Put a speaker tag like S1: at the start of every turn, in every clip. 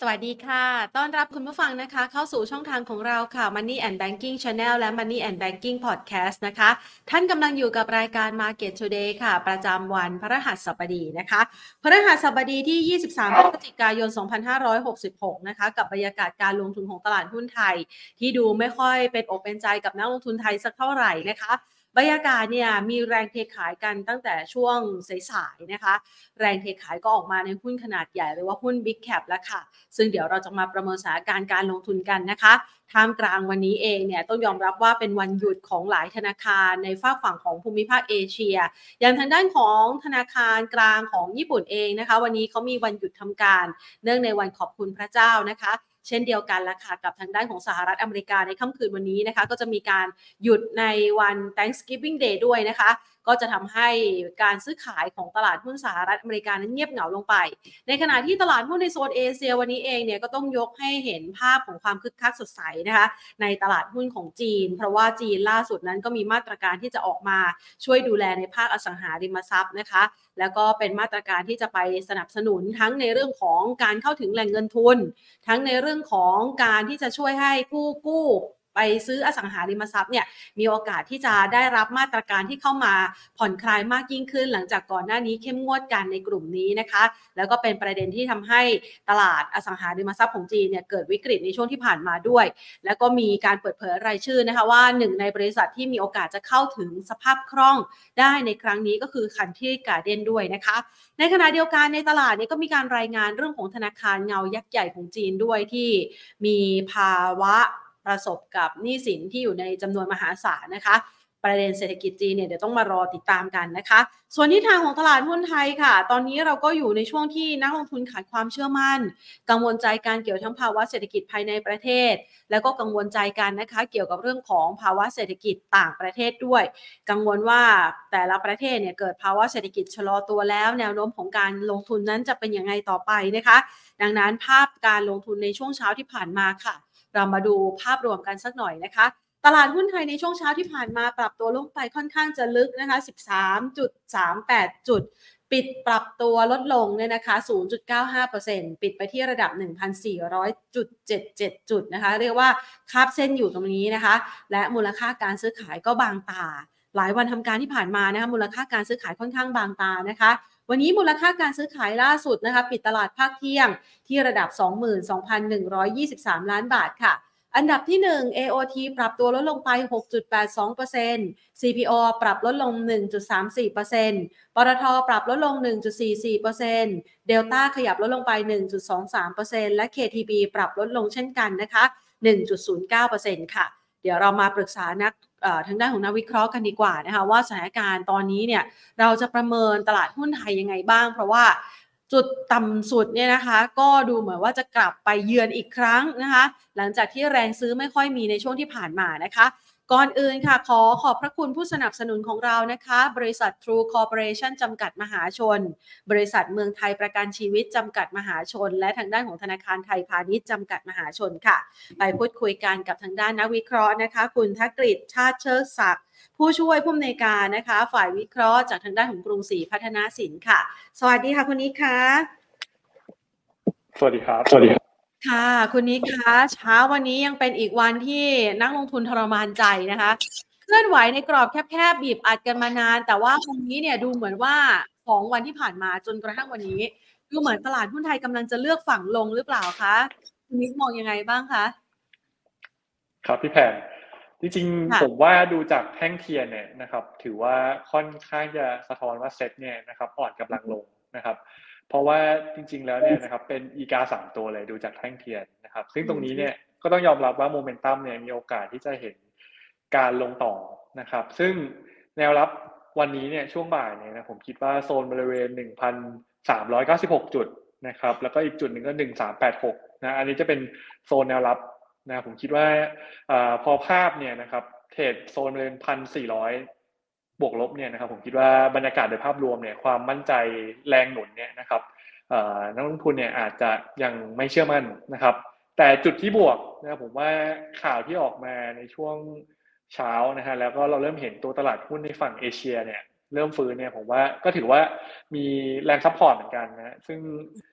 S1: สวัสดีค่ะต้อนรับคุณผู้ฟังนะคะเข้าสู่ช่องทางของเราค่ะ Money and Banking Channel และ Money and Banking Podcast นะคะท่านกำลังอยู่กับรายการ Market Today ค่ะประจำวันพฤหัสบดีนะคะพฤหัสบดีที่ 23 พฤศจิกายน 2566 นะคะกับบรรยากาศการลงทุนของตลาดหุ้นไทยที่ดูไม่ค่อยเป็นอกเป็นใจกับนักลงทุนไทยสักเท่าไหร่นะคะบรรยากาศเนี่ยมีแรงเทขายกันตั้งแต่ช่วงสายๆนะคะแรงเทขายก็ออกมาในหุ้นขนาดใหญ่หรือว่าหุ้น Big Cap แล้วค่ะ ซึ่งเดี๋ยวเราจะมาประเมินสถานการณ์การลงทุนกันนะคะท่ามกลางวันนี้เองเนี่ยต้องยอมรับว่าเป็นวันหยุดของหลายธนาคารในฝั่งของภูมิภาคเอเชียอย่างทางด้านของธนาคารกลางของญี่ปุ่นเองนะคะวันนี้เขามีวันหยุดทำการเนื่องในวันขอบคุณพระเจ้านะคะเช่นเดียวกันละค่ะกับทางด้านของสหรัฐอเมริกาในค่ำคืนวันนี้นะคะก็จะมีการหยุดในวัน Thanksgiving Day ด้วยนะคะก็จะทำให้การซื้อขายของตลาดหุ้นสหรัฐอเมริกานั้นเงียบเหงาลงไปในขณะที่ตลาดหุ้นในโซนเอเชียวันนี้เองเนี่ยก็ต้องยกให้เห็นภาพของความคึกคักสดใสนะคะในตลาดหุ้นของจีนเพราะว่าจีนล่าสุดนั้นก็มีมาตรการที่จะออกมาช่วยดูแลในภาคอสังหาริมทรัพย์นะคะแล้วก็เป็นมาตรการที่จะไปสนับสนุนทั้งในเรื่องของการเข้าถึงแหล่งเงินทุนทั้งในเรื่องของการที่จะช่วยให้ผู้กู้ไปซื้ออสังหาริมทรัพย์เนี่ยมีโอกาสที่จะได้รับมาตรการที่เข้ามาผ่อนคลายมากยิ่งขึ้นหลังจากก่อนหน้านี้เข้มงวดกันในกลุ่มนี้นะคะแล้วก็เป็นประเด็นที่ทำให้ตลาดอสังหาริมทรัพย์ของจีนเนี่ยเกิดวิกฤตในช่วงที่ผ่านมาด้วยแล้วก็มีการเปิดเผยรายชื่อนะคะว่าหนึ่งในบริษัทที่มีโอกาสจะเข้าถึงสภาพคล่องได้ในครั้งนี้ก็คือคันทรีการ์เด้นด้วยนะคะในขณะเดียวกันในตลาดนี้ก็มีการรายงานเรื่องของธนาคารเงายักษ์ใหญ่ของจีนด้วยที่มีภาวะประสบกับหนี้สินที่อยู่ในจำนวนมหาศาลนะคะประเด็นเศรษฐกิจจีนเนี่ยเดี๋ยวต้องมารอติดตามกันนะคะส่วนทิศทางของตลาดหุ้นไทยค่ะตอนนี้เราก็อยู่ในช่วงที่นักลงทุนขาดความเชื่อมั่นกังวลใจการเกี่ยวทั้งภาวะเศรษฐกิจภายในประเทศแล้วก็กังวลใจกันนะคะเกี่ยวกับเรื่องของภาวะเศรษฐกิจต่างประเทศด้วยกังวลว่าแต่ละประเทศเนี่ยเกิดภาวะเศรษฐกิจชะลอตัวแล้วแนวโน้มของการลงทุนนั้นจะเป็นยังไงต่อไปนะคะดังนั้นภาพการลงทุนในช่วงเช้าที่ผ่านมาค่ะเรามาดูภาพรวมกันสักหน่อยนะคะตลาดหุ้นไทยในช่วงเช้าที่ผ่านมาปรับตัวลงไปค่อนข้างจะลึกนะคะ13.38 จุดปิดปรับตัวลดลงเนี่ยนะคะ 0.95% ปิดไปที่ระดับ 1,400.77 จุดนะคะเรียกว่าคาบเส้นอยู่ตรงนี้นะคะและมูลค่าการซื้อขายก็บางตาหลายวันทำการที่ผ่านมานะคะมูลค่าการซื้อขายค่อนข้างบางตานะคะวันนี้มูลค่าการซื้อขายล่าสุดนะคะปิดตลาดภาคเที่ยงที่ระดับ 22,123 ล้านบาทค่ะอันดับที่1 AOT ปรับตัวลดลงไป 6.82% CPO ปรับลดลง 1.34% ปตทปรับลดลง 1.44% Delta ขยับลดลงไป 1.23% และ KTB ปรับลดลงเช่นกันนะคะ 1.09% ค่ะเดี๋ยวเรามาปรึกษาทางด้านของนักวิเคราะห์กันดีกว่านะคะว่าสถานการณ์ตอนนี้เนี่ยเราจะประเมินตลาดหุ้นไทยยังไงบ้างเพราะว่าจุดต่ำสุดเนี่ยนะคะก็ดูเหมือนว่าจะกลับไปเยือนอีกครั้งนะคะหลังจากที่แรงซื้อไม่ค่อยมีในช่วงที่ผ่านมานะคะก่อนอื่นค่ะขอบพระคุณผู้สนับสนุนของเรานะคะบริษัท True Corporation จำกัดมหาชนบริษัทเมืองไทยประกันชีวิตจำกัดมหาชนและทางด้านของธนาคารไทยพาณิชย์จำกัดมหาชนค่ะไปพูดคุยกันกับทางด้านนักวิเคราะห์นะคะคุณธกฤษชาติเชิดศักดิ์ผู้ช่วยผู้อำนวยการนะคะฝ่ายวิเคราะห์จากทางด้านของกรุงศรีพัฒนาสินค่ะสวัสดีค่ะคุณนิกค่ะ
S2: สวัสดีครับ
S1: ค่ะคุณนิกคะเช้าวันนี้ยังเป็นอีกวันที่นักลงทุนทรมานใจนะคะเคลื่อนไหวในกรอบแคบๆบีบอัดกันมานานแต่ว่าวันนี้เนี่ยดูเหมือนว่า2วันที่ผ่านมาจนกระทั่งวันนี้ดูเหมือนตลาดหุ้นไทยกำลังจะเลือกฝั่งลงหรือเปล่าคะคุณนิกมองยังไงบ้างคะ
S2: ครับพี่แพนจริงๆผมว่าดูจากแท่งเทียนเนี่ยนะครับถือว่าค่อนข้างจะสะท้อนว่าเซ็ตเนี่ยนะครับอ่อนกำลังลงนะครับเพราะว่าจริงๆแล้วเนี่ยนะครับเป็นอีกา3ตัวเลยดูจากแท่งเทียนนะครับซึ่งตรงนี้เนี่ยก็ต้องยอมรับว่าโมเมนตัมเนี่ยมีโอกาสที่จะเห็นการลงต่อนะครับซึ่งแนวรับวันนี้เนี่ยช่วงบ่ายเนี่ยนะผมคิดว่าโซนบริเวณ 1,396 จุดนะครับแล้วก็อีกจุดหนึ่งก็1386นะอันนี้จะเป็นโซนแนวรับนะผมคิดว่าพอภาพเนี่ยนะครับเทรดโซนบริเวณ 1,400 บวกลบเนี่ยนะครับผมคิดว่าบรรยากาศโดยภาพรวมเนี่ยความมั่นใจแรงหนุนเนี่ยนะครับนักลงทุนเนี่ยอาจจะยังไม่เชื่อมั่นนะครับแต่จุดที่บวกนะครับผมว่าข่าวที่ออกมาในช่วงเช้านะฮะแล้วก็เราเริ่มเห็นตัวตลาดหุ้นในฝั่งเอเชียเนี่ยเริ่มฟื้นเนี่ยผมว่าก็ถือว่ามีแรงซัพพอร์ตเหมือนกันนะซึ่ง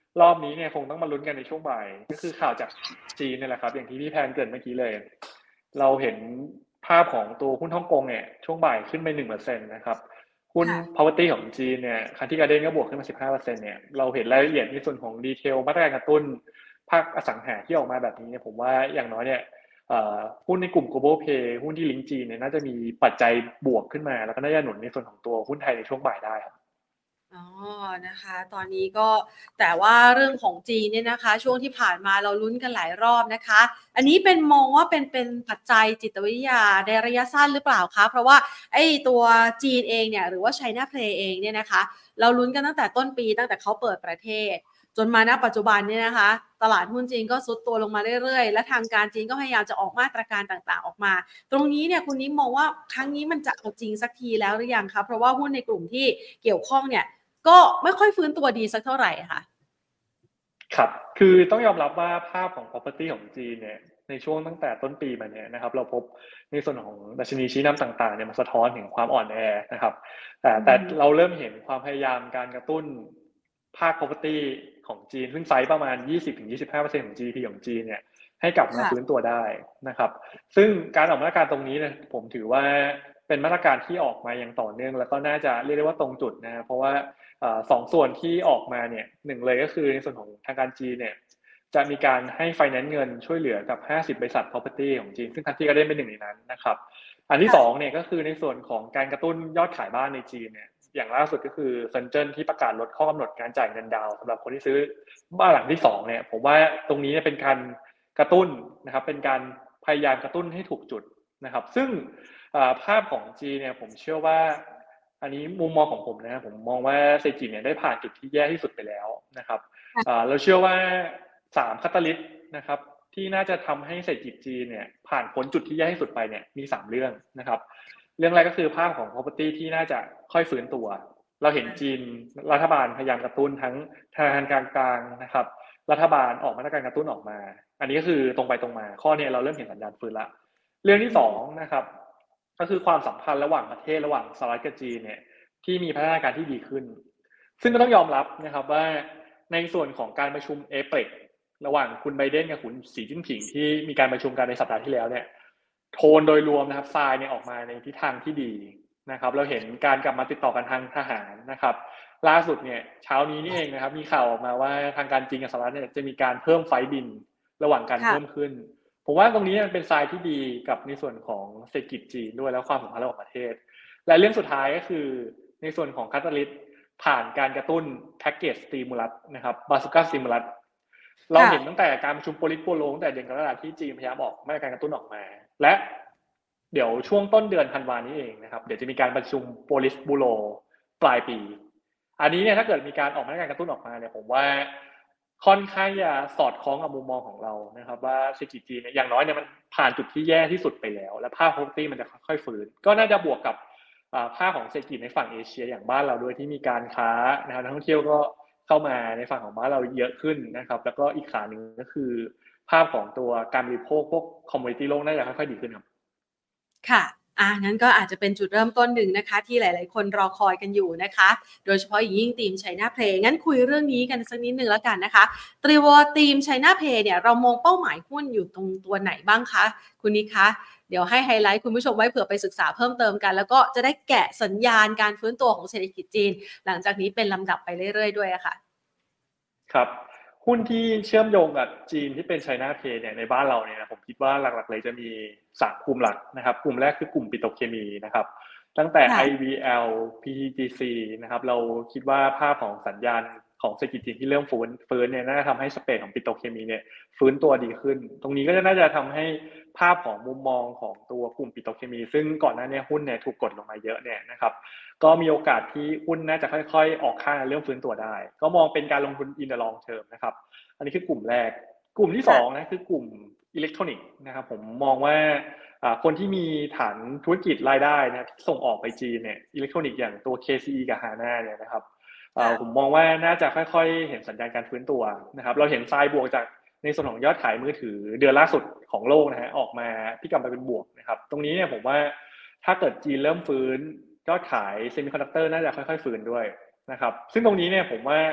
S2: รอบนี้เนี่ยคงต้องมาลุ้นกันในช่วงบ่ายก็คือข่าวจากจีนนี่แหละครับอย่างที่พี่แพนเกริ่นเมื่อกี้เลยเราเห็นภาพของตัวหุ้นฮ่องกงเนี่ยช่วงบ่ายขึ้นไป 1% นะครับหุ้น
S1: ค่ะ
S2: property ของจีนเนี่ยคันที่การ์เด้นก็บวกขึ้นมา 15% เนี่ยเราเห็นรายละเอียดในส่วนของดีเทลมาตรการกระตุ้นภาคอสังหาที่ออกมาแบบนี้เนี่ยผมว่าอย่างน้อยเนี่ยหุ้นในกลุ่ม global pay หุ้นที่ลิงก์จีนเนี่ยน่าจะมีปัจจัยบวกขึ้นมาแล้วก็น่าจะหนุนในส่วนของตัวหุ้นไทยในช่วงบ่ายได้ครับ
S1: อ๋อนะคะตอนนี้ก็แต่ว่าเรื่องของจีนเนี่ยนะคะช่วงที่ผ่านมาเราลุ้นกันหลายรอบนะคะอันนี้เป็นมองว่าเป็นปัจจัยจิตวิทยาในระยะสั้นหรือเปล่าคะเพราะว่าไอ้ตัวจีนเองเนี่ยหรือว่า China Play เองเนี่ยนะคะเราลุ้นกันตั้งแต่ต้นปีตั้งแต่เขาเปิดประเทศจนมาณปัจจุบันเนี่ยนะคะตลาดหุ้นจีนก็ซุดตัวลงมาเรื่อยๆและทางการจีนก็พยายามจะออกมาตรการต่างๆออกมาตรงนี้เนี่ยคุณนิ้มมองว่าครั้งนี้มันจะเอาจริงสักทีแล้วหรือยังคะเพราะว่าหุ้นในกลุ่มที่เกี่ยวข้องเนี่ยก็ไม่ค่อยฟื้นตัวดีสักเท่าไหร่ค่ะ
S2: ครับคือต้องยอมรับว่าภาพของ property ของจีนเนี่ยในช่วงตั้งแต่ต้นปีมาเนี่ยนะครับเราพบในส่วนของดัชนีชี้นำต่างๆเนี่ยมันสะท้อนถึงความอ่อนแอนะครับแต่เราเริ่มเห็นความพยายามการกระตุ้นภาค property ของจีนซึ่งไซส์ประมาณ 20-25% ของ GDP ของจีนเนี่ยให้กลับมาฟื้นตัวได้นะครับซึ่งการออกมาตรการตรงนี้เนี่ยผมถือว่าเป็นมาตรการที่ออกมาอย่างต่อเนื่องแล้วก็น่าจะเรียกได้ว่าตรงจุดนะเพราะว่าสองส่วนที่ออกมาเนี่ยหนึ่งเลยก็คือในส่วนของทางการจีนเนี่ยจะมีการให้ไฟแนนซ์เงินช่วยเหลือกับ50บริษัท property ของจีนซึ่งคันที่ก็ได้เป็นหนึ่งในนั้นนะครับอันที่สองเนี่ยก็คือในส่วนของการกระตุ้นยอดขายบ้านในจีนเนี่ยอย่างล่าสุดก็คือเซินเจิ้นที่ประกาศลดข้อกำหนดการจ่ายเงินดาวน์สำหรับคนที่ซื้อบ้านหลังที่สองเนี่ยผมว่าตรงนี้เป็นการกระตุ้นนะครับเป็นการพยายามกระตุ้นให้ถูกจุดนะครับซึ่งภาพของจีนเนี่ยผมเชื่อว่าอันนี้มุมมองของผมนะครับผมมองว่าเศรษฐกิจเนี่ยได้ผ่านจุดที่แย่ที่สุดไปแล้วนะครับเราเชื่อว่า3 คาตาลิสต์นะครับที่น่าจะทำให้เศรษฐกิจจีนเนี่ยผ่านพ้นจุดที่แย่ที่สุดไปเนี่ยมี3เรื่องนะครับเรื่องแรกก็คือภาพของ property ที่น่าจะค่อยฟื้นตัวเราเห็นจีนรัฐบาลพยายามกระตุ้นทั้งธนาคารกลางๆนะครับรัฐบาลออกมาตรการกระตุ้นออกมาอันนี้ก็คือตรงไปตรงมาข้อนี้เราเริ่มเห็นสัญญาณฟื้นละเรื่องที่2นะครับก็คือความสัมพันธ์ระหว่างประเทศระหว่างสหรัฐกับจีนเนี่ยที่มีพัฒนาการที่ดีขึ้นซึ่งก็ต้องยอมรับนะครับว่าในส่วนของการประชุมเอเปกระหว่างคุณไบเดนกับคุณสีจิ้นผิงที่มีการประชุมกันในสัปดาห์ที่แล้วเนี่ยโทนโดยรวมนะครับทรายเนี่ยออกมาในทิศทางที่ดีนะครับเราเห็นการกลับมาติดต่อกันทางทหารนะครับล่าสุดเนี่ยเช้านี้นี่เองนะครับมีข่าวออกมาว่าทางการจีนกับสหรัฐเนี่ยจะมีการเพิ่มไฟบินระหว่างกันเพิ่มขึ้นผมว่าตรงนี้มันเป็นทรายที่ดีกับในส่วนของเศรษฐกิจจีนด้วยแล้วความสัมพันธ์ระหว่างประเทศและเรื่องสุดท้ายก็คือในส่วนของคาตาลิสต์ผ่านการกระตุ้นแพ็กเกจสตีมูลัสนะครับบาซูก้าสตีมูลัสเราเห็นตั้งแต่การประชุมโปลิตโปโลตั้งแต่เดือนกรกฎาคมที่จีนพยายามออกมาตรการกระตุ้นออกมาและเดี๋ยวช่วงต้นเดือนธันวานี้เองนะครับเดี๋ยวจะมีการประชุมโปลิตบูโรปลายปีอันนี้เนี่ยถ้าเกิดมีการออกมาตรการกระตุ้นออกมาเนี่ยผมว่าค่อนข้างจะสอดคล้องกับมุมมองของเรานะครับว่าเศรษฐกิจจีนเนี่ยอย่างน้อยเนี่ยมันผ่านจุดที่แย่ที่สุดไปแล้วและภาพ property มันจะค่อยๆฟื้นก็น่าจะบวกกับภาพของเศรษฐกิจในฝั่งเอเชียอย่างบ้านเราด้วยที่มีการค้านะครับนักท่องเที่ยวก็เข้ามาในฝั่งของบ้านเราเยอะขึ้นนะครับแล้วก็อีกขาหนึ่งก็คือภาพของตัวการบริโภคพวกคอมมูนิตี้โลกน่าจะค่อยๆดีขึ้นครับ
S1: ค่ะงั้นก็อาจจะเป็นจุดเริ่มต้นหนึ่งนะคะที่หลายๆคนรอคอยกันอยู่นะคะโดยเฉพาะอย่างยิ่งทีม China Play งั้นคุยเรื่องนี้กันสักนิดนึงแล้วกันนะคะทีม China Play เนี่ยเรามองเป้าหมายหุ้นอยู่ตรงตัวไหนบ้างคะคุณนิกคะเดี๋ยวให้ไฮไลท์คุณผู้ชมไว้เผื่อไปศึกษาเพิ่มเติมกันแล้วก็จะได้แกะสัญญาณการฟื้นตัวของเศรษฐกิจจีนหลังจากนี้เป็นลำดับไปเรื่อยๆด้วยอะค่ะ
S2: ครับหุ้นที่เชื่อมโยงกับจีนที่เป็น China Play เนี่ยในบ้านเราเนี่ยนะผมคิดว่าหลักๆเลยจะมี3กลุ่มหลักนะครับกลุ่มแรกคือกลุ่มปิโตรเคมีนะครับตั้งแต่
S1: ค่ะ
S2: IVL PTTC นะครับเราคิดว่าภาพของสัญญาณของเศรษฐกิจจีนที่เริ่มฟื้นเนี่ยน่าจะทำให้สเปรดของปิโตรเคมีเนี่ยฟื้นตัวดีขึ้นตรงนี้ก็น่าจะทำให้ภาพของมุมมองของตัวกลุ่มปิโตรเคมีซึ่งก่อนหน้านี้หุ้นเนี่ยถูกกดลงมาเยอะเนี่ยนะครับก็มีโอกาสที่หุ้นน่าจะค่อยๆออกข้างเริ่มฟื้นตัวได้ก็มองเป็นการลงทุน in the long term นะครับอันนี้คือกลุ่มแรกกลุ่มที่2นะคือกลุ่มอิเล็กทรอนิกส์นะครับผมมองว่าคนที่มีฐานธุรกิจรายได้นะที่ส่งออกไปจีนเนี่ยอิเล็กทรอนิกส์อย่างตัว KCE กับ HANA เนี่ยนะครับผมมองว่าน่าจะค่อยๆเห็นสัญญาณการฟื้นตัวนะครับเราเห็นทรายบวกจากในส่วนของยอดขายมือถือเดือนล่าสุดของโลกนะฮะออกมาที่กลับมาเป็นบวกนะครับตรงนี้เนี่ยผมว่าถ้าเกิดจีนเริ่มฟื้นยอดขายเซมิคอนดักเตอร์น่าจะค่อยๆฟื้นด้วยนะครับซึ่งตรงนี้เนี่ยผมว่า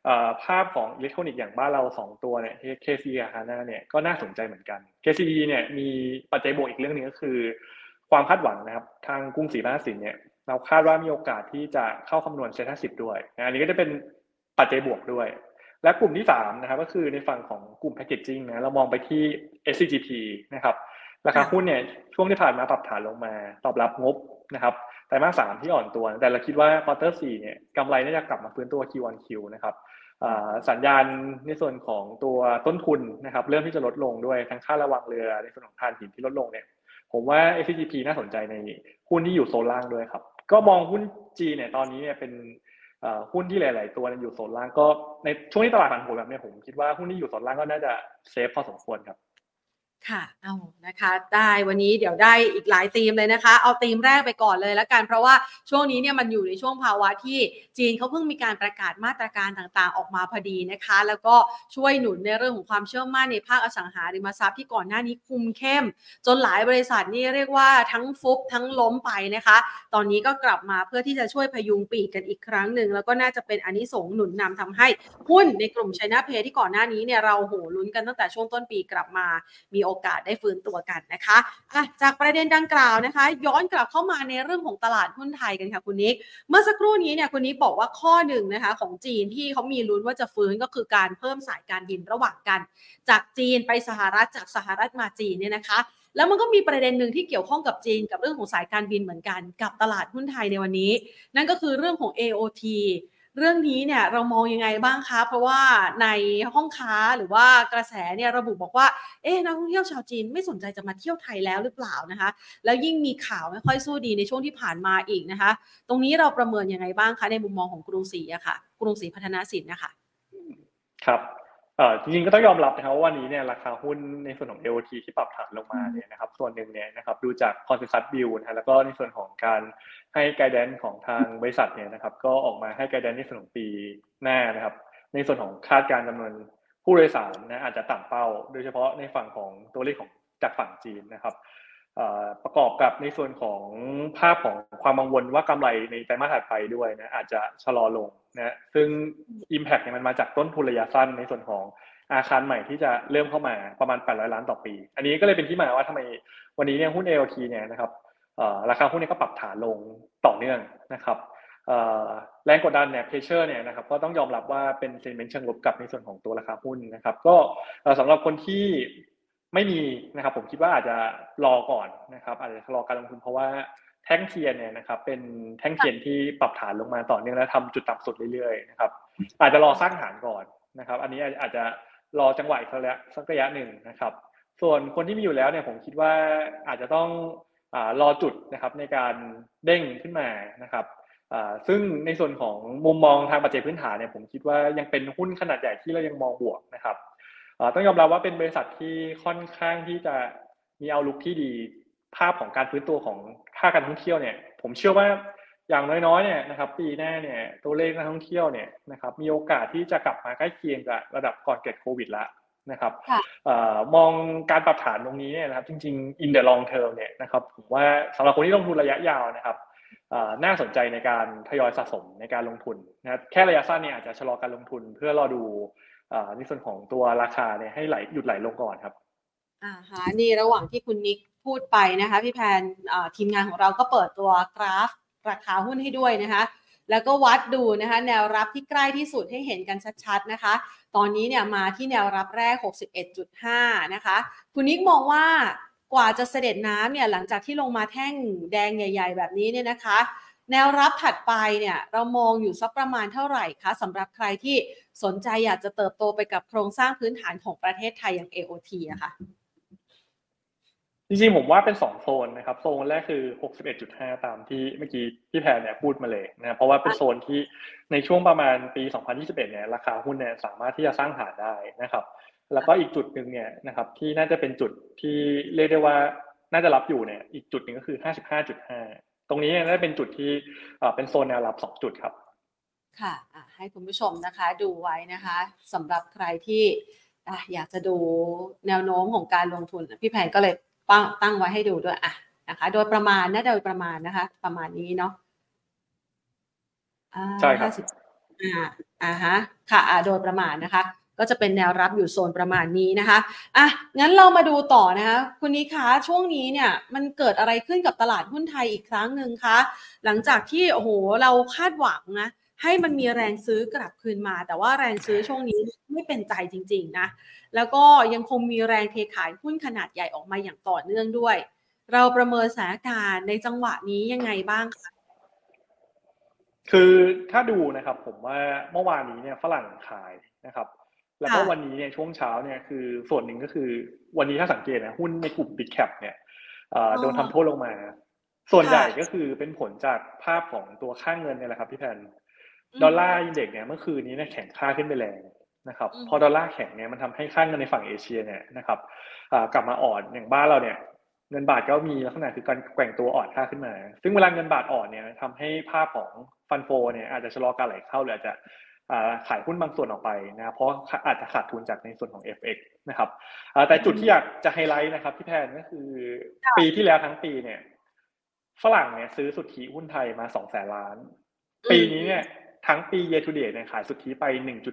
S2: ภาพของอิเล็กทรอนิกส์อย่างบ้านเรา2ตัวเนี่ย KCD กับ HANA เนี่ยก็น่าสนใจเหมือนกัน KCD เนี่ยมีปัจจัยบวกอีกเรื่องนึงก็คือความคาดหวังนะครับทางกรุงศรีพัฒนสินเนี่ยเราคาดว่ามีโอกาสที่จะเข้าคำนวณเซ็น50ด้วยนะอันนี้ก็จะเป็นปัจจัยบวกด้วยและกลุ่มที่3นะครับก็คือในฝั่งของกลุ่มแพคเกจจิ้งนะเรามองไปที่ SCGP นะครับราคาหุ้นเนี่ยช่วงที่ผ่านมาปรับฐานลงมาตอบรับงบนะครับไตรมาส3ที่อ่อนตัวแต่เราคิดว่าควอเตอร์4เนี่ยกำไรน่าจะกลับมาฟื้นตัว Q-on-Q นะครับสัญญาณในส่วนของตัวต้นทุนนะครับเริ่มที่จะลดลงด้วยทั้งค่าระวังเรือในส่วนของถ่านหินที่ลดลงเนี่ยผมว่า SCGP น่าสนใจในหุ้นที่อยู่โซนล่างด้วยครับก็มองหุ้น G เนี่ยตอนนี้เนี่ยเป็นหุ้นที่หลายๆตัวอยู่โซนล่างก็ในช่วงที่ตลาดผันผวนแบบนี้ผมคิดว่าหุ้นที่อยู่โซนล่างก็น่าจะเซฟพอสมควรครับ
S1: ค่ะเอานะคะได้วันนี้เดี๋ยวได้อีกหลายธีมเลยนะคะเอาธีมแรกไปก่อนเลยแล้วกันเพราะว่าช่วงนี้เนี่ยมันอยู่ในช่วงภาวะที่จีนเขาเพิ่งมีการประกาศมาตรการต่างๆออกมาพอดีนะคะแล้วก็ช่วยหนุนในเรื่องของความเชื่อมั่นในภาคอสังหาริมทรัพย์ที่ก่อนหน้านี้คุมเข้มจนหลายบริษัทนี่เรียกว่าทั้งฟุบทั้งล้มไปนะคะตอนนี้ก็กลับมาเพื่อที่จะช่วยพยุงปีกกันอีกครั้งหนึ่งแล้วก็น่าจะเป็นอานิสงส์หนุนนำทำให้หุ้นในกลุ่ม China Play ที่ก่อนหน้านี้เนี่ยเราโหลุ้นกันตั้งแต่ช่วงต้นปีกลับมามีโอกาสได้ฟื้นตัวกันนะคะจากประเด็นดังกล่าวนะคะย้อนกลับเข้ามาในเรื่องของตลาดหุ้นไทยกันค่ะคุณนิกเมื่อสักครู่นี้เนี่ยคุณนิกบอกว่าข้อหนึ่งนะคะของจีนที่เขามีลุ้นว่าจะฟื้นก็คือการเพิ่มสายการบินระหว่างกันจากจีนไปสหรัฐจากสหรัฐมาจีนเนี่ยนะคะแล้วมันก็มีประเด็นหนึ่งที่เกี่ยวข้องกับจีนกับเรื่องของสายการบินเหมือนกันกับตลาดหุ้นไทยในวันนี้นั่นก็คือเรื่องของ AOTเรื่องนี้เนี่ยเรามองยังไงบ้างคะเพราะว่าในห้องค้าหรือว่ากระแสเนี่ยระบุบอกว่านักท่องเที่ยวชาวจีนไม่สนใจจะมาเที่ยวไทยแล้วหรือเปล่านะคะแล้วยิ่งมีข่าวไม่ค่อยสู้ดีในช่วงที่ผ่านมาอีกนะคะตรงนี้เราประเมินยังไงบ้างคะในมุมมองของกรุงศรีอะค่ะกรุงศรีพัฒนสินนะคะ
S2: ครับจริงๆก็ต้องยอมรับนะครับว่าวันนี้เนี่ยราคาหุ้นในส่วนของ AOT ที่ปรับฐานลงมาเนี่ยนะครับส่วนหนึ่งเนี่ยนะครับดูจาก Consensus View นะฮะแล้วก็ในส่วนของการให้ guidance ของทางบริษัทเนี่ยนะครับก็ออกมาให้ guidance ในส่วนของปีหน้านะครับในส่วนของคาดการณ์จำนวนผู้โดยสารนะอาจจะต่ำเป้าโดยเฉพาะในฝั่งของตัวเลขของจากฝั่งจีนนะครับประกอบกับในส่วนของภาพของความกังวลว่ากำไรในไตรมาสถัดไปด้วยนะอาจจะชะลอลงนะซึ่ง Impact เนี่ยมันมาจากต้นทุนระยะสั้นในส่วนของอาคารใหม่ที่จะเริ่มเข้ามาประมาณ800ล้านต่อปีอันนี้ก็เลยเป็นที่มาว่าทำไมวันนี้เนี่ยหุ้น AOT เนี่ยนะครับราคาหุ้นเนี่ยก็ปรับฐานลงต่อเนื่องนะครับแรงกดดันเนี่ยเพรสเชอร์เนี่ยนะครับก็ต้องยอมรับว่าเป็นเซนติเมนต์เชิงลบกับในส่วนของตัวราคาหุ้นนะครับก็สำหรับคนที่ไม่มีนะครับผมคิดว่าอาจจะรอก่อนนะครับอาจจะรอการลงทุนเพราะว่าแท่งเทียนเนี่ยนะครับเป็นแท่งเทียนที่ปรับฐานลงมาต่อเนื่องและทำจุดต่ำสุดเรื่อยๆนะครับอาจจะรอสร้างฐานก่อนนะครับอันนี้อาจจะรอจังหวะอีกสักระยะหนึ่งนะครับส่วนคนที่มีอยู่แล้วเนี่ยผมคิดว่าอาจจะต้องรอจุดนะครับในการเด้งขึ้นมานะครับซึ่งในส่วนของมุมมองทางปัจจัยพื้นฐานเนี่ยผมคิดว่ายังเป็นหุ้นขนาดใหญ่ที่เรายังมองบวกนะครับต้องยอมรับว่าเป็นบริษัทที่ค่อนข้างที่จะมีเอาลุกที่ดีภาพของการฟื้นตัวของภาคการท่องเที่ยวเนี่ยผมเชื่อว่าอย่างน้อยๆเนี่ยนะครับปีหน้าเนี่ยตัวเลขนักท่องเที่ยวเนี่ยนะครับมีโอกาสที่จะกลับมาใกล้เคียงกับระดับก่อนเกิดโควิดแล้วนะครับมองการปรับฐานตรงนี้เนี่ยนะครับจริงๆ in the long term เนี่ยนะครับผมว่าสำหรับคนที่ลงทุนระยะยาวนะครับน่าสนใจในการทยอยสะสมในการลงทุนนะครับแค่ระยะสั้นเนี่ยอาจจะชะลอการลงทุนเพื่อรอดูในส่วนของตัวราคาเนี่ยให้หยุดไหลลงก่อนครับ
S1: นี่ระหว่างที่คุณนิกพูดไปนะคะพี่แพนทีมงานของเราก็เปิดตัวกราฟราคาหุ้นให้ด้วยนะคะแล้วก็วัดดูนะคะแนวรับที่ใกล้ที่สุดให้เห็นกันชัดๆนะคะตอนนี้เนี่ยมาที่แนวรับแรก 61.5 นะคะคุณนิกมองว่ากว่าจะเสด็จน้ำเนี่ยหลังจากที่ลงมาแท่งแดงใหญ่ๆแบบนี้เนี่ยนะคะแนวรับถัดไปเนี่ยเรามองอยู่สักประมาณเท่าไหร่คะสำหรับใครที่สนใจอยากจะเติบโตไปกับโครงสร้างพื้นฐานของประเทศไทยอย่าง AOT อะค่ะ
S2: จริงๆผมว่าเป็น2โซนนะครับโซนแรกคือ 61.5 ตามที่เมื่อกี้พี่แพรเนี่ยพูดมาเลยนะเพราะว่าเป็นโซนที่ในช่วงประมาณปี 2021 เนี่ยราคาหุ้นเนี่ยสามารถที่จะสร้างฐานได้นะครับแล้วก็อีกจุดนึงเนี่ยนะครับที่น่าจะเป็นจุดที่เรียกได้ว่าน่าจะรับอยู่เนี่ยอีกจุดนึงก็คือ 55.5 ตรงนี้น่าจะเป็นจุดที่เป็นโซนแนวรับ2จุดครับ
S1: ค่ะให้คุณผู้ชมนะคะดูไว้นะคะสำหรับใครที่อยากจะดูแนวโน้มของการลงทุนพี่แพนก็เลยตั้งไว้ให้ดูด้วยนะคะโดยประมาณโดยประมาณนะคะประมาณนี้เนาะ
S2: ใช่ครับ
S1: ฮะค่ะโดยประมาณนะคะก็จะเป็นแนวรับอยู่โซนประมาณนี้นะคะงั้นเรามาดูต่อนะคะคุณนิคะช่วงนี้เนี่ยมันเกิดอะไรขึ้นกับตลาดหุ้นไทยอีกครั้งหนึ่งคะหลังจากที่โอ้โหเราคาดหวังนะให้มันมีแรงซื้อกลับคืนมาแต่ว่าแรงซื้อช่วงนี้ไม่เป็นใจจริงๆนะแล้วก็ยังคงมีแรงเทขายหุ้นขนาดใหญ่ออกมาอย่างต่อเนื่องด้วยเราประเมินสถานการณ์ในจังหวะนี้ยังไงบ้างคะ
S2: คือถ้าดูนะครับผมว่าเมื่อวานนี้เนี่ยฝรั่งขายนะครับแล้วก็วันนี้เนี่ยช่วงเช้าเนี่ยคือส่วนหนึ่งก็คือวันนี้ถ้าสังเกตนะหุ้นในกลุ่ม Big Cap เนี่ยโดนทำโทษลงมาส่วนใหญ่ก็คือเป็นผลจากภาพของตัวค่าเงินเนี่ยแหละครับพี่แพนดอลลาร์อินเด็กซ์เนี่ยเมื่อคืนนี้เนี่ยแข็งค่าขึ้นไปแรงนะครับพอดอลลาร์แข็งเนี่ยมันทำให้ค่าเงินในฝั่งเอเชียเนี่ยนะครับกลับมาอ่อนอย่างบ้านเราเนี่ยเงินบาทก็มีลักษณะคือการแกว่งตัวอ่อนค่าขึ้นมาซึ่งเวลาเงินบาทอ่อนเนี่ยทำให้ภาพของฟันโฟเนี่ยอาจจะชะลอการไหลเข้าหรืออาจจะขายหุ้นบางส่วนออกไปนะเพราะอาจจะขาดทุนจากในส่วนของ FX นะครับแต่จุดที่อยากจะไฮไลท์นะครับพี่แพนก็คือปีที่แล้วทั้งปีเนี่ยฝรั่งเนี่ยซื้อสุทธิหุ้นไทยมา200,000 ล้านปีนี้เนี่ยทั้งปี year to date เนี่ยขายสุทธิไป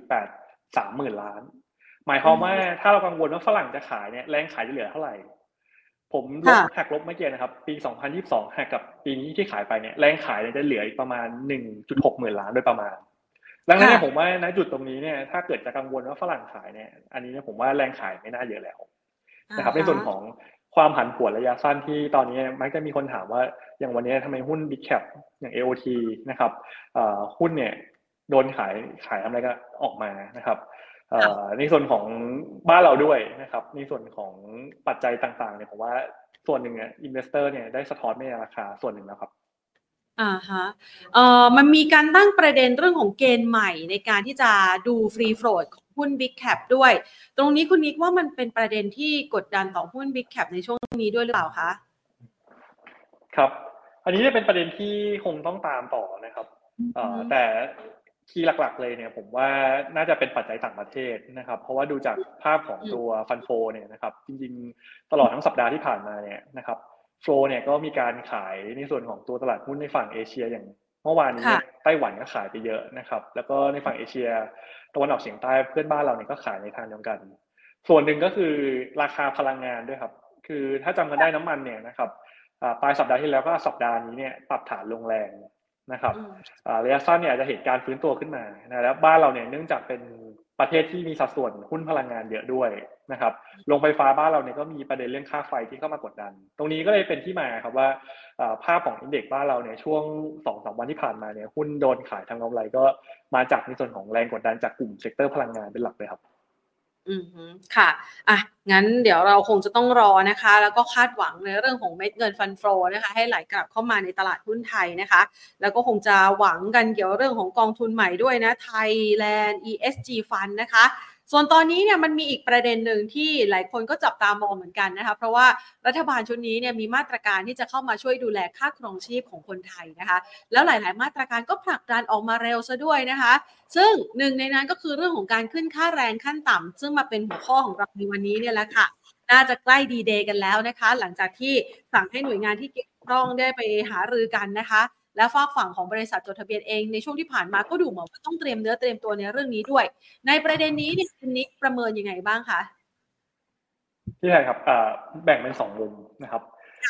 S2: 1.83 หมื่นล้านหมายความว่าถ้าเรากังวลว่าฝรั่งจะขายเนี่ยแรงขายจะเหลือเท่าไหร่ผมหักลบเมื่อกี้นะครับปี2022หักกับปีนี้ที่ขายไปเนี่ยแรงขายจะเหลืออีกประมาณ 1.6 หมื่นล้านโดยประมาณดังนั้นเนี่ยผมว่าณจุดตรงนี้เนี่ยถ้าเกิดจะกังวลว่าฝรั่งขายเนี่ยอันนี้เนี่ยผมว่าแรงขายไม่น่าเยอะแล้วนะครับในส่วนของความผันผวนระยะสั้นที่ตอนนี้มักจะมีคนถามว่าอย่างวันนี้ทำไมหุ้น Big Cap อย่าง AOT นะครับหุ้นเนี่ยโดนขายทำอะไรก็ออกมานะครับในส่วนของบ้านเราด้วยนะครับในส่วนของปัจจัยต่างๆเนี่ยผมว่าส่วนหนึ่งเนี่ยอินเวสเตอร์เนี่ยได้สะท้อนในราคาส่วนหนึ่งแล้วครับ
S1: ฮะมันมีการตั้งประเด็นเรื่องของเกณฑ์ใหม่ในการที่จะดูฟรีโฟลตของหุ้น Big Cap ด้วยตรงนี้คุณนิกว่ามันเป็นประเด็นที่กดดันต่อหุ้น Big Cap ในช่วงนี้ด้วยหรือเปล่าคะ
S2: ครับอันนี้จะเป็นประเด็นที่คงต้องตามต่อนะครับแต่คีย์หลักๆเลยเนี่ยผมว่าน่าจะเป็นปัจจัยต่างประเทศนะครับเพราะว่าดูจากภาพของตัวฟันโฟเนี่ยนะครับจริงๆตลอดทั้งสัปดาห์ที่ผ่านมาเนี่ยนะครับโฟเนี่ยก็มีการขายในส่วนของตัวตลาดหุ้นในฝั่งเอเชียอย่างเมื่อวานนี้เนี่ยไต้หวันก็ขายไปเยอะนะครับแล้วก็ในฝั่งเอเชียตะวันออกเฉียงใต้เพื่อนบ้านเราเนี่ยก็ขายในทางเดียวกันส่วนหนึ่งก็คือราคาพลังงานด้วยครับคือถ้าจำกันได้น้ำมันเนี่ยนะครับปลายสัปดาห์ที่แล้วก็สัปดาห์นี้เนี่ยปรับฐานลงแรงนะครับระยะสั้นเนี่ยอาจจะเห็นการฟื้นตัวขึ้นมานะแล้วบ้านเราเนี่ยเนื่องจากเป็นประเทศที่มีสัดส่วนหุ้นพลังงานเยอะด้วยนะครับโรงไฟฟ้าบ้านเราเนี่ยก็มีประเด็นเรื่องค่าไฟที่เข้ามากดดันตรงนี้ก็เลยเป็นที่มาครับว่าภาพของอินเด็กซ์บ้านเราเนี่ยช่วง 2-3 วันที่ผ่านมาเนี่ยหุ้นโดนขายทางกำไรก็มาจากในส่วนของแรงกดดันจากกลุ่มเซกเตอร์พลังงานเป็นหลักเลยครับ
S1: ค่ะงั้นเดี๋ยวเราคงจะต้องรอนะคะแล้วก็คาดหวังในเรื่องของเม็ดเงินฟันโฟนะคะให้ไหลกลับเข้ามาในตลาดหุ้นไทยนะคะแล้วก็คงจะหวังกันเกี่ยวเรื่องของกองทุนใหม่ด้วยนะ Thailand ESG Fund นะคะส่วนตอนนี้เนี่ยมันมีอีกประเด็นหนึ่งที่หลายคนก็จับตามองเหมือนกันนะคะเพราะว่ารัฐบาลชุดนี้เนี่ยมีมาตรการที่จะเข้ามาช่วยดูแลค่าครองชีพของคนไทยนะคะแล้วหลายๆมาตรการก็ผลักดันออกมาเร็วซะด้วยนะคะซึ่งหนึ่งในนั้นก็คือเรื่องของการขึ้นค่าแรงขั้นต่ำซึ่งมาเป็นหัวข้อของเราในวันนี้เนี่ยแหละค่ะน่าจะใกล้ดีเดย์กันแล้วนะคะหลังจากที่สั่งให้หน่วยงานที่เกี่ยวข้องได้ไปหารือกันนะคะและฝากฝั่งของบริษัทจดทะเบียนเองในช่วงที่ผ่านมาก็ดูเหมือนว่าต้องเตรียมเนื้อเตรียมตัวในเรื่องนี้ด้วยในประเด็นนี้เนี่ยคุณนิกประเมินยังไงบ้างคะ
S2: ที่ไหนครับแบ่งเป็น2 มุมนะครับ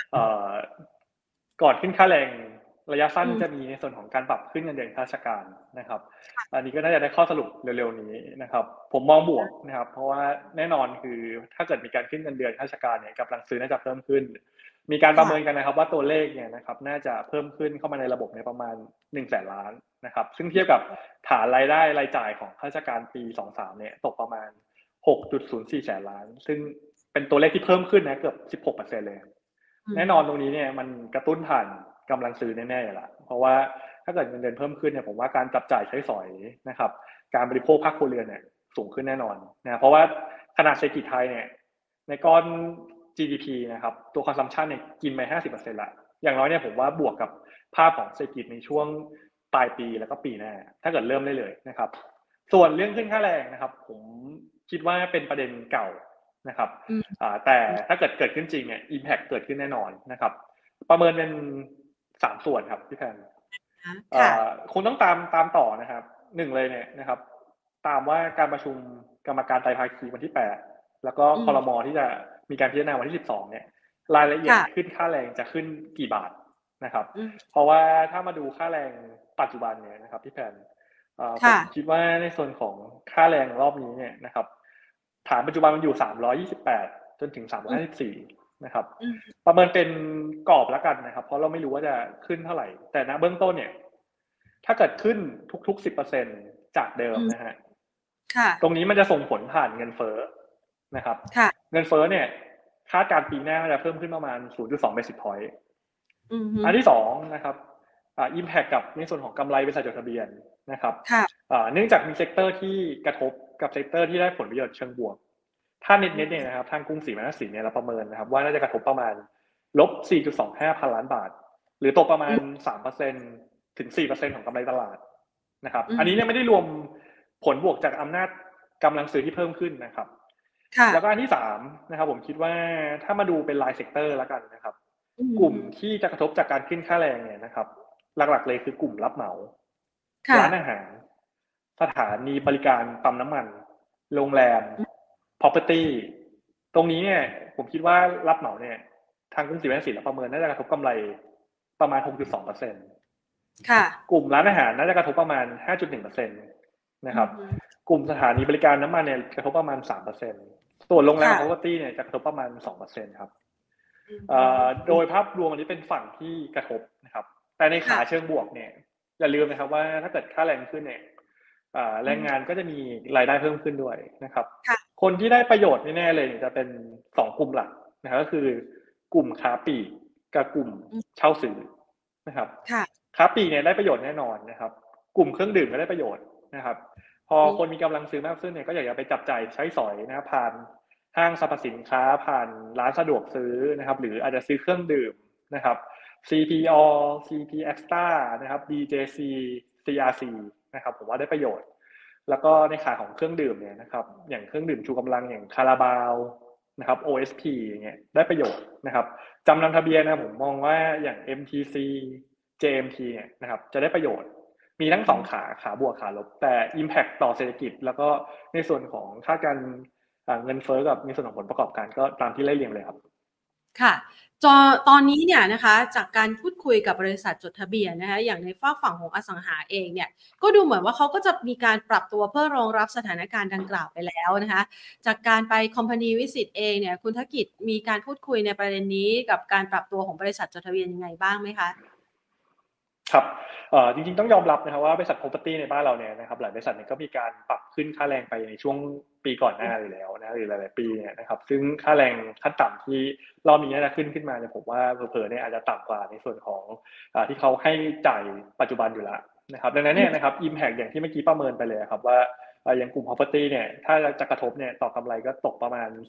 S2: ก่อนขึ้นค่าแรงระยะสั้นจะมีในส่วนของการปรับขึ้นเงินเดือนข้าราชการนะครับอันนี้ก็น่าจะได้ข้อสรุปเร็วๆนี้นะครับผมมองบวกนะครับเพราะว่าแน่นอนคือถ้าเกิดมีการขึ้นเงินเดือนข้าราชการเนี่ยกำลังซื้อน่าจะเพิ่มขึ้นมีการประเมินกันนะครับว่าตัวเลขเนี่ยนะครับน่าจะเพิ่มขึ้นเข้ามาในระบบในประมาณ100,000 ล้านนะครับซึ่งเทียบกับฐานรายได้รายจ่ายของข้าราชการปี23เนี่ยตกประมาณ6.04 แสนล้านซึ่งเป็นตัวเลขที่เพิ่มขึ้นนะเกือบ 16% เลยแน่นอนตรงนี้เนี่ยมันกระตุ้นฐานกำลังซื้อแน่ๆแหละเพราะว่าถ้าเกิดเงินเดือนเพิ่มขึ้นเนี่ยผมว่าการจับจ่ายใช้สอยนะครับการบริโภคภาคครัวเรือนเนี่ยสูงขึ้นแน่นอนนะเพราะว่าขนาดเศรษฐกิจไทยเนี่ยในก้อน GDP นะครับตัวคอนซัมชันเนี่ยกินไป 50% ละอย่างน้อยเนี่ยผมว่าบวกกับภาพของเศรษฐกิจในช่วงปลายปีแล้วก็ปีหน้าถ้าเกิดเริ่มได้เลยนะครับส่วนเรื่องขึ้นค่าแรงนะครับผมคิดว่าเป็นประเด็นเก่านะครับแต่ถ้าเกิดขึ้นจริงเนี่ย impact เกิดขึ้นแน่นอนนะครับประเมินเป็น3 ส่วนครับพี่แพนคงต้องตามต่อนะครับหนึ่งเลยเนี่ยนะครับตามว่าการประชุมกรรมการไตรภาคีวันที่8แล้วก็ครม.ที่จะมีการพิจารณาวันที่12เนี่ยรายละเอียดขึ้นค่าแรงจะขึ้นกี่บาทนะครับเพราะว่าถ้ามาดูค่าแรงปัจจุบันเนี่ยนะครับพี่แพนผมคิดว่าในส่วนของค่าแรงรอบนี้เนี่ยนะครับฐานปัจจุบันมันอยู่328จนถึง354นะครับประเมินเป็นกรอบแล้วกันนะครับเพราะเราไม่รู้ว่าจะขึ้นเท่าไหร่แต่ณเบื้องต้นเนี่ยถ้าเกิดขึ้นทุกๆ10%จากเดิมนะฮะตรงนี้มันจะส่งผลผ่านเงินเฟ้อนะครับเงินเฟ้อเนี่ยคาดการปีหน้าจะเพิ่มขึ้นประมาณ 0.2 basis point อันที่2นะครับimpact กับในส่วนของกำไรบริษัทจดทะเบียนนะครับเนื่องจากมีเซกเตอร์ที่กระทบกับเซกเตอร์ที่ได้ผลประโยชน์เชิงบวกถ้าเน็ตเนี่ยนะครับทางกรุงศรีมหาสินเนี่ยเราประเมินนะครับว่าน่าจะกระทบประมาณลบ 4.25 พันล้านบาทหรือตกประมาณ 3% ถึง 4% ของกำไรตลาดนะครับอันนี้เนี่ยไม่ได้รวมผลบวกจากอำนาจกำลังซื้อที่เพิ่มขึ้นนะครับแล้วก็อันที่3นะครับผมคิดว่าถ้ามาดูเป็นรายเซกเตอร์แล้วกันนะครับกลุ่มที่จะกระทบจากการขึ้นค่าแรงเนี่ยนะครับหลักๆเลยคือกลุ่มรับเหมาร้านอาหารสถานีบริการปั๊มน้ำมันโรงแรม property ตรงนี้เนี่ยผมคิดว่ารับเหมาเนี่ยทางกรุงศรีมหาสินประเมินน่าจะกระทบกำไรประมาณ 6.2%
S1: ค่ะ
S2: กลุ่มร้านอาหารน่าจะกระทบประมาณ 5.1% นะครับกลุ่มสถานีบริการน้ำมันเนี่ยกระทบประมาณ 3% ส่วนโรงแรม property เนี่ยจะกระทบประมาณ 2% ครับโดยภาพรวมอันนี้เป็นฝั่งที่กระทบนะครับแต่ในขาเชิงบวกเนี่ยอย่าลืมนะครับว่าถ้าเกิดค่าแรงขึ้นเนี่ยแรงงานก็จะมีรายได้เพิ่มขึ้นด้วยนะครับคนที่ได้ประโยชน์แน่ๆเลยจะเป็น2กลุ่มหลักนะครับก็คือกลุ่มค้าปลีกกับกลุ่มเช่าซื้อนะครับค้าปลีกเนี่ยได้ประโยชน์แน่นอนนะครับกลุ่มเครื่องดื่มก็ได้ประโยชน์นะครับพอคนมีกำลังซื้อมากขึ้นเนี่ยก็อยากจะไปจับจ่ายใช้สอยนะครับผ่านห้างสรรพสินค้าผ่านร้านสะดวกซื้อนะครับหรืออาจจะซื้อเครื่องดื่มนะครับ CPO CP Extra นะครับ BJC CRC นะครับผมว่าได้ประโยชน์แล้วก็ในขาของเครื่องดื่มเนี่ยนะครับอย่างเครื่องดื่มชูกำลังอย่างคาราบาวนะครับ OSP อย่างเงี้ยได้ประโยชน์นะครับจำนำทะเบียนนะผมมองว่าอย่าง MTC JMT เนี่ยนะครับจะได้ประโยชน์มีทั้งสองขาบวกขาลบแต่ impact ต่อเศรษฐกิจแล้วก็ในส่วนของค่าการเงินเฟ้อกับในส่วนของผลประกอบการก็ตามที่ไล่เรียงเลยครับ
S1: ค่ะตอนนี้เนี่ยนะคะจากการพูดคุยกับบริษัทจดทะเบียนนะคะอย่างในฝั่งของอสังหาเองเนี่ยก็ดูเหมือนว่าเขาก็จะมีการปรับตัวเพื่อรองรับสถานการณ์ดังกล่าวไปแล้วนะคะจากการไป Company Visit เองเนี่ยคุณธกิจมีการพูดคุยในประเด็นนี้กับการปรับตัวของบริษัทจดทะเบียนยังไงบ้างไหมคะ
S2: ครับจริงๆต้องยอมรับนะครับว่าบริษัท property ในบ้านเราเนี่ยนะครับหลายบริษัทเนี่ยก็มีการปรับขึ้นค่าแรงไปในช่วงปีก่อนหน้าอยู่แล้วนะหรือหลายๆปีเนี่ยนะครับซึ่งค่าแรงขั้นต่ำที่รอบนี้น่าจะขึ้นมาเนี่ยผมว่าเผลอๆเนี่ยอาจจะต่ำกว่าในส่วนของที่เขาให้จ่ายปัจจุบันอยู่แล้วนะครับดังนั้นเนี่ยนะครับ impact อย่างที่เมื่อกี้ประเมินไปเลยครับว่าอย่างกลุ่ม property เนี่ยถ้าจะกระทบเนี่ยต่อกำไรก็ตกประมาณ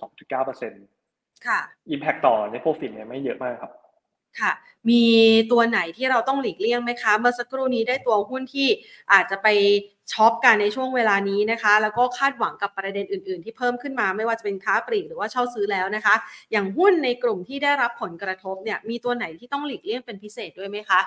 S2: 2.9%
S1: ค่ะ
S2: impact ต่อ net profit เนี่ยไม่เยอะมากครับ
S1: ค่ะมีตัวไหนที่เราต้องหลีกเลี่ยงไหมคะเมื่อสักครู่นี้ได้ตัวหุ้นที่อาจจะไปช็อปกันในช่วงเวลานี้นะคะแล้วก็คาดหวังกับประเด็นอื่นๆที่เพิ่มขึ้นมาไม่ว่าจะเป็นค้าปลีกหรือว่าเช่าซื้อแล้วนะคะอย่างหุ้นในกลุ่มที่ได้รับผลกระทบเนี่ยมีตัวไหนที่ต้องหลีกเลี่ยงเป็นพิเศษด้วยไหมคะ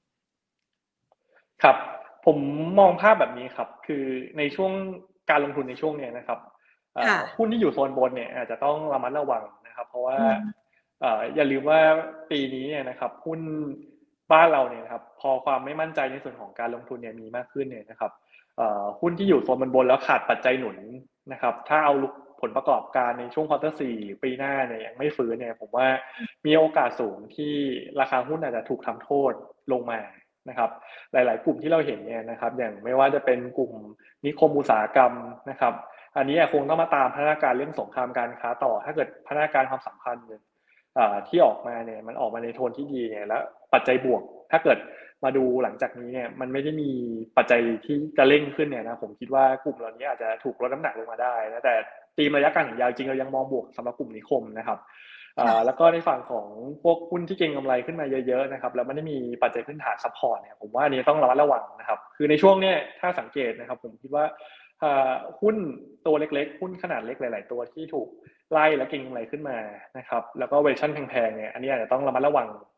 S2: ครับผมมองภาพแบบนี้ครับคือในช่วงการลงทุนในช่วงนี้นะครับหุ้นที่อยู่โซนบนเนี่ยอาจจะต้องระมัดระวังนะครับเพราะว่าอย่าลืมว่าปีนี้เนี่ยนะครับหุ้นบ้านเราเนี่ยครับพอความไม่มั่นใจในส่วนของการลงทุนเนี่ยมีมากขึ้นเนี่ยนะครับหุ้นที่อยู่โซนบนแล้วขาดปัจจัยหนุนนะครับถ้าเอาผลประกอบการในช่วงควอเตอร์4ปีหน้าเนี่ยยังไม่ฟื้นเนี่ยผมว่ามีโอกาสสูงที่ราคาหุ้นอาจจะถูกทำโทษลงมานะครับหลายๆกลุ่มที่เราเห็นเนี่ยนะครับอย่างไม่ว่าจะเป็นกลุ่มนิคมอุตสาหกรรมนะครับอันนี้คงต้องมาตามพัฒนาการเรื่องสงครามการค้าต่อถ้าเกิดพัฒนาการความสัมพันธ์ที่ออกมาเนี่ยมันออกมาในโทนที่ดีเนี่ยแล้วปัจจัยบวกถ้าเกิดมาดูหลังจากนี้เนี่ยมันไม่ได้มีปัจจัยที่จะเร่งขึ้นเนี่ยนะผมคิดว่ากลุ่มเหล่านี้อาจจะถูกลดน้ำหนักลงมาได้นะแต่ตีมระยะกลางถึงยาวจริงเรายังมองบวกสำหรับกลุ่มนิคมนะครับแล้วก็ในฝั่งของพวกหุ้นที่เก็งกำไรขึ้นมาเยอะๆนะครับแล้วไม่ได้มีปัจจัยพื้นฐานซัพพอร์ตเนี่ยผมว่าอันนี้ต้องระมัดระวังนะครับคือในช่วงนี้ถ้าสังเกตนะครับผมคิดว่าหุ้นตัวเล็กๆหุ้นขนาดเล็กหลายๆตัวที่ถูกไล่แล้วเก็งกำไรขึ้นมานะครับแล้วก็เวอร์ชั่นแพงๆเนี่ยอันนี้อาจจะต้องระมัดระวัง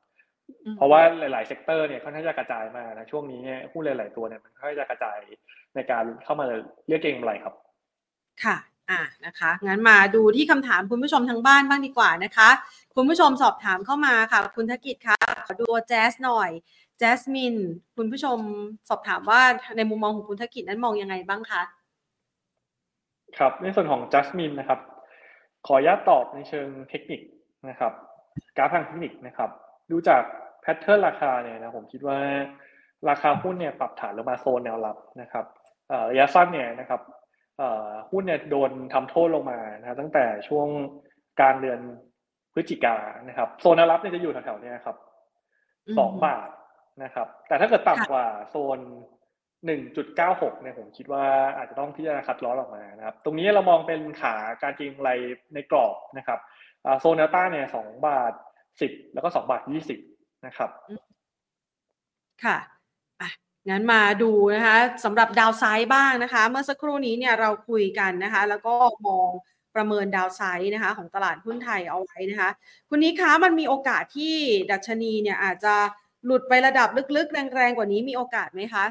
S2: เพราะว่าหลายๆเซกเตอร์เนี่ยค่อนข้างจะกระจายมานะช่วงนี้เนี่ยหุ้นหลายๆตัวเนี่ยมันค่อนข้างจะกระจายในการเข้ามาเรียกเก็งกำไรครับ
S1: ค่ะนะคะงั้นมาดูที่คำถามคุณผู้ชมทางบ้านบ้างดีกว่านะคะคุณผู้ชมสอบถามเข้ามาค่ะคุณธกิจคะขอดูตัวแจ๊สหน่อยแจสมินคุณผู้ชมสอบถามว่าในมุมมองของคุณธกิจนั้นมองยังไงบ้างคะ
S2: ครับในส่วนของจัสมินนะครับขออนุญาตตอบในเชิงเทคนิคนะครับกราฟทางเทคนิคนะครับดูจากแพทเทิร์นราคาเนี่ยนะผมคิดว่าราคาหุ้นเนี่ยปรับฐานลงมาโซนแนวรับนะครับระยะสั้นเนี่ยนะครับหุ้นเนี่ยโดนทำโทษลงมานะตั้งแต่ช่วงกลางเดือนพฤศจิกายนนะครับโซนแนวรับเนี่ยจะอยู่แถวๆนี้ครับ2 บาทนะครับแต่ถ้าเกิดต่ำกว่าโซน1.96เนี่ยผมคิดว่าอาจจะต้องพิจารณาคัดลอสออกมานะครับตรงนี้เรามองเป็นขาการเก็งกำไรในกรอบนะครับโซนแนวต้านเนี่ย2.10 บาทแล้วก็2.20 บาทนะครับ
S1: ค่ะงั้นมาดูนะคะสำหรับดาวไซด์บ้างนะคะเมื่อสักครู่นี้เนี่ยเราคุยกันนะคะแล้วก็มองประเมินดาวไซด์นะคะของตลาดหุ้นไทยเอาไว้นะคะคุณนี้คะมันมีโอกาสที่ดัชนีเนี่ยอาจจะหลุดไประดับลึกๆแรงๆกว่านี้มีโอกาสไหมคะ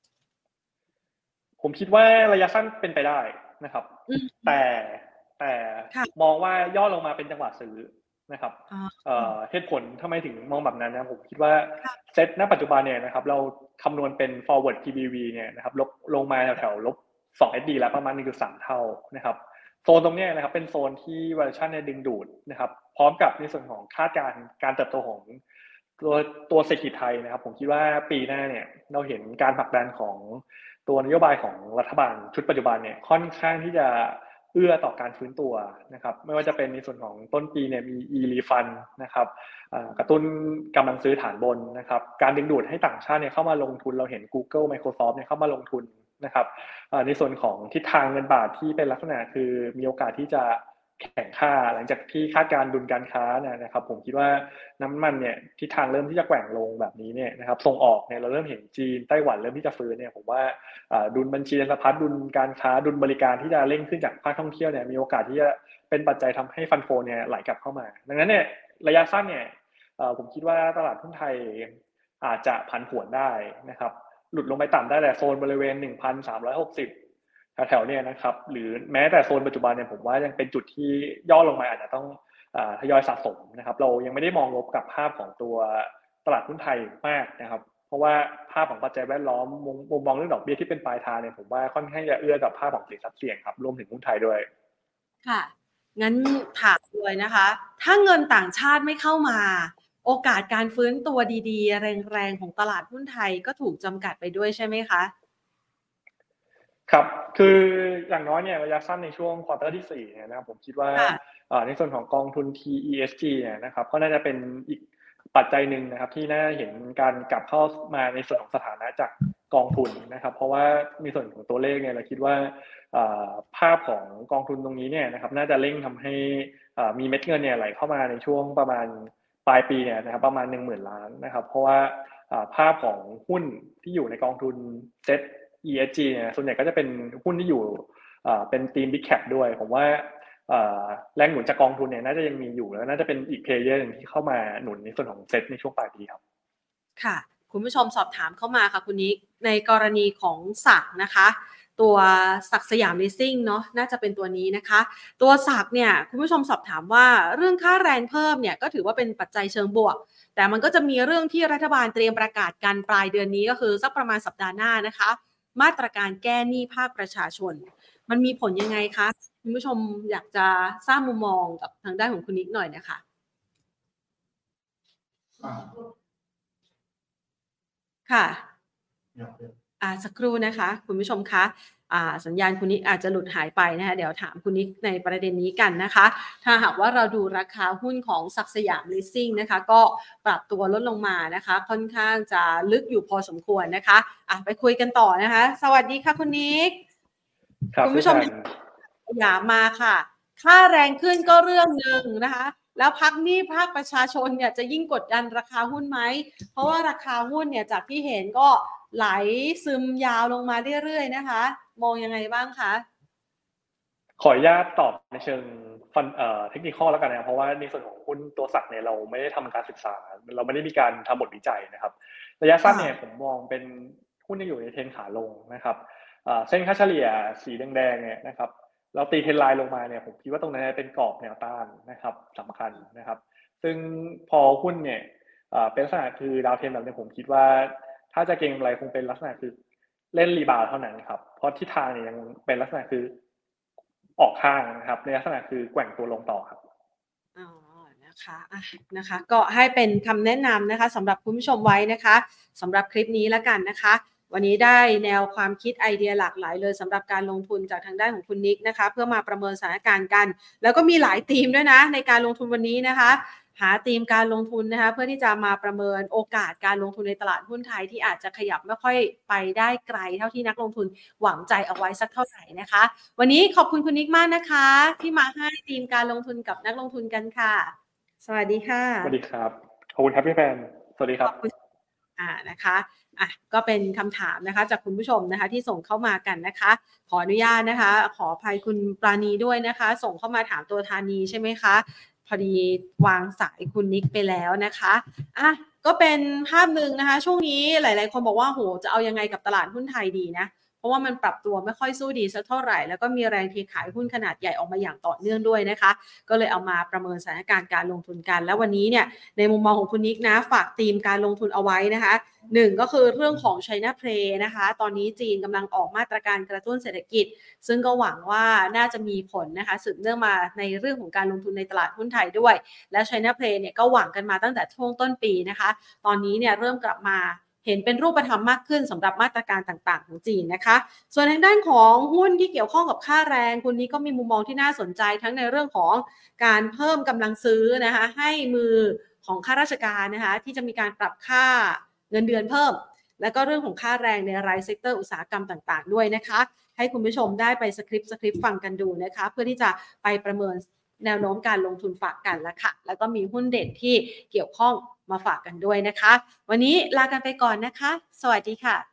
S2: ผมคิดว่าระยะสั้นเป็นไปได้นะครับแต่มองว่าย่อลงมาเป็นจังหวะซื้อนะครับเหตุผลทำไมถึงมองแบบนั้นนะผมคิดว่าเซ็ตณปัจจุบันเนี่ยนะครับเราคำนวณเป็น forward PBV เนี่ยนะครับลงมาแถวๆ2 SD แล้วประมาณ 1.3 เท่านะครับโซนตรงนี้นะครับเป็นโซนที่ valuation เนี่ยดึงดูดนะครับพร้อมกับในส่วนของคาดการเติบโตของตัวเศรษฐกิจไทยนะครับผมคิดว่าปีหน้าเนี่ยเราเห็นการผลักดันของตัวนโยบายของรัฐบาลชุดปัจจุบันเนี่ยค่อนข้างที่จะเอื้อต่อการฟื้นตัวนะครับไม่ว่าจะเป็นในส่วนของต้นปีเนี่ยมี e-refund นะครับกระตุ้นกำลังซื้อฐานบนนะครับการดึงดูดให้ต่างชาติเนี่ยเข้ามาลงทุนเราเห็น Google Microsoft เนี่ยเข้ามาลงทุนนะครับในส่วนของทิศทางเงินบาทที่เป็นลักษณะคือมีโอกาสที่จะแข่งค่าหลังจากที่คาดการดุลการค้านะครับผมคิดว่าน้ำมันเนี่ยทิศทางเริ่มที่จะแกว่งลงแบบนี้เนี่ยนะครับส่งออกเนี่ยเราเริ่มเห็นจีนไต้หวันเริ่มที่จะฟื้นเนี่ยผมว่าดุลบัญชีสะพัดดุลการค้าดุลบริการที่จะเร่งขึ้นจากภาคท่องเที่ยวเนี่ยมีโอกาสที่จะเป็นปัจจัยทำให้ฟันโฟเนี่ยไหลกลับเข้ามาดังนั้นเนี่ยระยะสั้นเนี่ยผมคิดว่าตลาดหุ้นไทยอาจจะผันผวนได้นะครับหลุดลงไปต่ำได้แต่โซนบริเวณ 1,360 แถวๆเนี่ยนะครับหรือแม้แต่โซนปัจจุบันเนี่ยผมว่ายังเป็นจุดที่ย่อลงมาอาจจะต้องทยอยสะสมนะครับเรายังไม่ได้มองลบกับภาพของตัวตลาดหุ้นไทยมากนะครับเพราะว่าภาพของปัจจัยแวดล้อมมุมมองเรื่องดอกเบี้ยที่เป็นปลายทางเนี่ยผมว่าค่อนข้างจะเอื้อกับภาพของสินทรัพย์เสี่ยงครับรวมถึงหุ้นไทยด้วย
S1: ค่ะงั้นถามเลยนะคะถ้าเงินต่างชาติไม่เข้ามาโอกาสการฟื้นตัวดีๆแรงๆของตลาดหุ้นไทยก็ถูกจำกัดไปด้วยใช่ไหมคะ
S2: ครับคืออย่างน้อยเนี่ยระยะสั้นในช่วงควอเตอร์ที่4เนี่ยนะครับผมคิดว่าในส่วนของกองทุน TESG เนี่ยนะครับก็น่าจะเป็นอีกปัจจัยหนึ่งนะครับที่น่าเห็นการกลับเข้ามาในส่วนของสถานะจากกองทุนนะครับเพราะว่ามีส่วนของตัวเลขเนี่ยเราคิดว่าภาพของกองทุนตรงนี้เนี่ยนะครับน่าจะเร่งทำให้มีเม็ดเงินเนี่ยไหลเข้ามาในช่วงประมาณปลายปีเนี่ยนะครับประมาณ 10,000 ล้านนะครับเพราะว่าภาพของหุ้นที่อยู่ในกองทุนเซ็ตESG เนี่ยส่วนใหญ่ก็จะเป็นหุ้นที่อยู่เป็นทีม Big Cap ด้วยผมว่าแรงหนุนจากกองทุนเนี่ยน่าจะยังมีอยู่แล้วน่าจะเป็นอีกเพลเยอร์นึงที่เข้ามาหนุนในส่วนของเซ็ตในช่วงปลายปีครับ
S1: ค่ะคุณผู้ชมสอบถามเข้ามาค่ะคุณนิกในกรณีของศักดิ์นะคะตัวศักดิ์สยามลีสซิ่งเนาะน่าจะเป็นตัวนี้นะคะตัวศักดิ์เนี่ยคุณผู้ชมสอบถามว่าเรื่องค่าแรงเพิ่มเนี่ยก็ถือว่าเป็นปัจจัยเชิงบวกแต่มันก็จะมีเรื่องที่รัฐบาลเตรียมประกาศกันปลายเดือนนี้ก็คือสักประมาณสัปดาห์หน้านะคะมาตรการแก้หนี้ภาคประชาชนมันมีผลยังไงคะคุณผู้ชมอยากจะทราบมุมมองกับทางด้านของคุณนิกหน่อยนะคะค่ะสักครู่นะคะคุณผู้ชมคะสัญญาณคุณนิกอาจจะหลุดหายไปนะคะเดี๋ยวถามคุณนิกในประเด็นนี้กันนะคะถ้าหากว่าเราดูราคาหุ้นของศักดิ์สยามลีสซิ่งนะคะก็ปรับตัวลดลงมานะคะค่อนข้างจะลึกอยู่พอสมควรนะคะไปคุยกันต่อนะคะสวัสดีค่ะคุณนิกคุณผู้ชมสยามมาค่ะค่าแรงขึ้นก็เรื่องนึงนะคะแล้วพักหนี้ภาคประชาชนเนี่ยจะยิ่งกดดันราคาหุ้นไหมเพราะว่าราคาหุ้นเนี่ยจากที่เห็นก็ไหลซึมยาวลงมาเรื่อยๆนะคะมองยังไงบ้างคะ
S2: ขออนุญาตตอบในเชิงฟันเทคนิคอลแล้วกันนะครับเพราะว่าในส่วนของหุ้นตัวสักเนี่ยเราไม่ได้ทำการศึกษาเราไม่ได้มีการทำบทวิจัยนะครับระยะสั้นเนี่ยผมมองเป็นหุ้นที่อยู่ในเทรนขาลงนะครับเส้นค่าเฉลี่ยสีแดงๆเนี่ยนะครับเราตีเทรนไลน์ลงมาเนี่ยผมคิดว่าตรงนั้นเป็นกรอบแนวต้านนะครับสำคัญนะครับซึ่งพอหุ้นเนี่ยเป็นลักษณะคือดาวเทรนแบบนี้ผมคิดว่าถ้าจะเก็งกำไรคงเป็นลักษณะคือเล่นรีบาวเท่านั้นครับเพราะทิศทางเนี่ยยังเป็นลักษณะคือออกข้างนะครับในลักษณะคือแกว่งตัวลงต่อครับ
S1: อ๋อนะคะนะคะก็ให้เป็นคำแนะนำนะคะสำหรับคุณผู้ชมไว้นะคะสำหรับคลิปนี้แล้วกันนะคะวันนี้ได้แนวความคิดไอเดียหลากหลายเลยสำหรับการลงทุนจากทางด้านของคุณนิกนะคะเพื่อมาประเมินสถานการณ์กันแล้วก็มีหลายธีมด้วยนะในการลงทุนวันนี้นะคะหาธีมการลงทุนนะคะเพื่อที่จะมาประเมินโอกาสการลงทุนในตลาดหุ้นไทยที่อาจจะขยับไม่ค่อยไปได้ไกลเท่าที่นักลงทุนหวังใจเอาไว้สักเท่าไหร่นะคะวันนี้ขอบคุณคุณนิกมากนะคะที่มาให้ธีมการลงทุนกับนักลงทุนกันค่ะสวัสดีค่ะ
S2: สวัสดีครับขอบคุณครับพี่แฟนสวัสดีครับ
S1: ขอบคุณนะคะก็เป็นคำถามนะคะจากคุณผู้ชมนะคะที่ส่งเข้ามากันนะคะขออนุญาตนะคะขออภัยคุณปราณีด้วยนะคะส่งเข้ามาถามตัวธานีใช่ไหมคะพอดีวางสายคุณนิกไปแล้วนะคะก็เป็นภาพหนึ่งนะคะช่วงนี้หลายๆคนบอกว่าโหจะเอายังไงกับตลาดหุ้นไทยดีนะเพราะว่ามันปรับตัวไม่ค่อยสู้ดีสักเท่าไหร่แล้วก็มีแรงเทขายหุ้นขนาดใหญ่ออกมาอย่างต่อเนื่องด้วยนะคะก็เลยเอามาประเมินสถานการณ์การลงทุนกันแล้ววันนี้เนี่ยในมุมมองของคุณนิกนะฝากธีมการลงทุนเอาไว้นะคะ1ก็คือเรื่องของ China Play นะคะตอนนี้จีนกำลังออกมาตรการกระตุ้นเศรษฐกิจซึ่งก็หวังว่าน่าจะมีผลนะคะสืบเนื่องมาในเรื่องของการลงทุนในตลาดหุ้นไทยด้วยและ China Play เนี่ยก็หวังกันมาตั้งแต่ช่วงต้นปีนะคะตอนนี้เนี่ยเริ่มกลับมาเห็นเป็นรูปธรรมมากขึ้นสำหรับมาตรการต่างๆของจีนนะคะส่วนทางด้านของหุ้นที่เกี่ยวข้องกับค่าแรงคุณนี้ก็มีมุมมองที่น่าสนใจทั้งในเรื่องของการเพิ่มกำลังซื้อนะคะให้มือของข้าราชการนะคะที่จะมีการปรับค่าเงินเดือนเพิ่มและก็เรื่องของค่าแรงในรายเซกเตอร์อุตสาหกรรมต่างๆด้วยนะคะให้คุณผู้ชมได้ไปสคริปต์ฟังกันดูนะคะเพื่อที่จะไปประเมินแนวโน้มการลงทุนฝากกันแล้วค่ะแล้วก็มีหุ้นเด่นที่เกี่ยวข้องมาฝากกันด้วยนะคะวันนี้ลากันไปก่อนนะคะสวัสดีค่ะ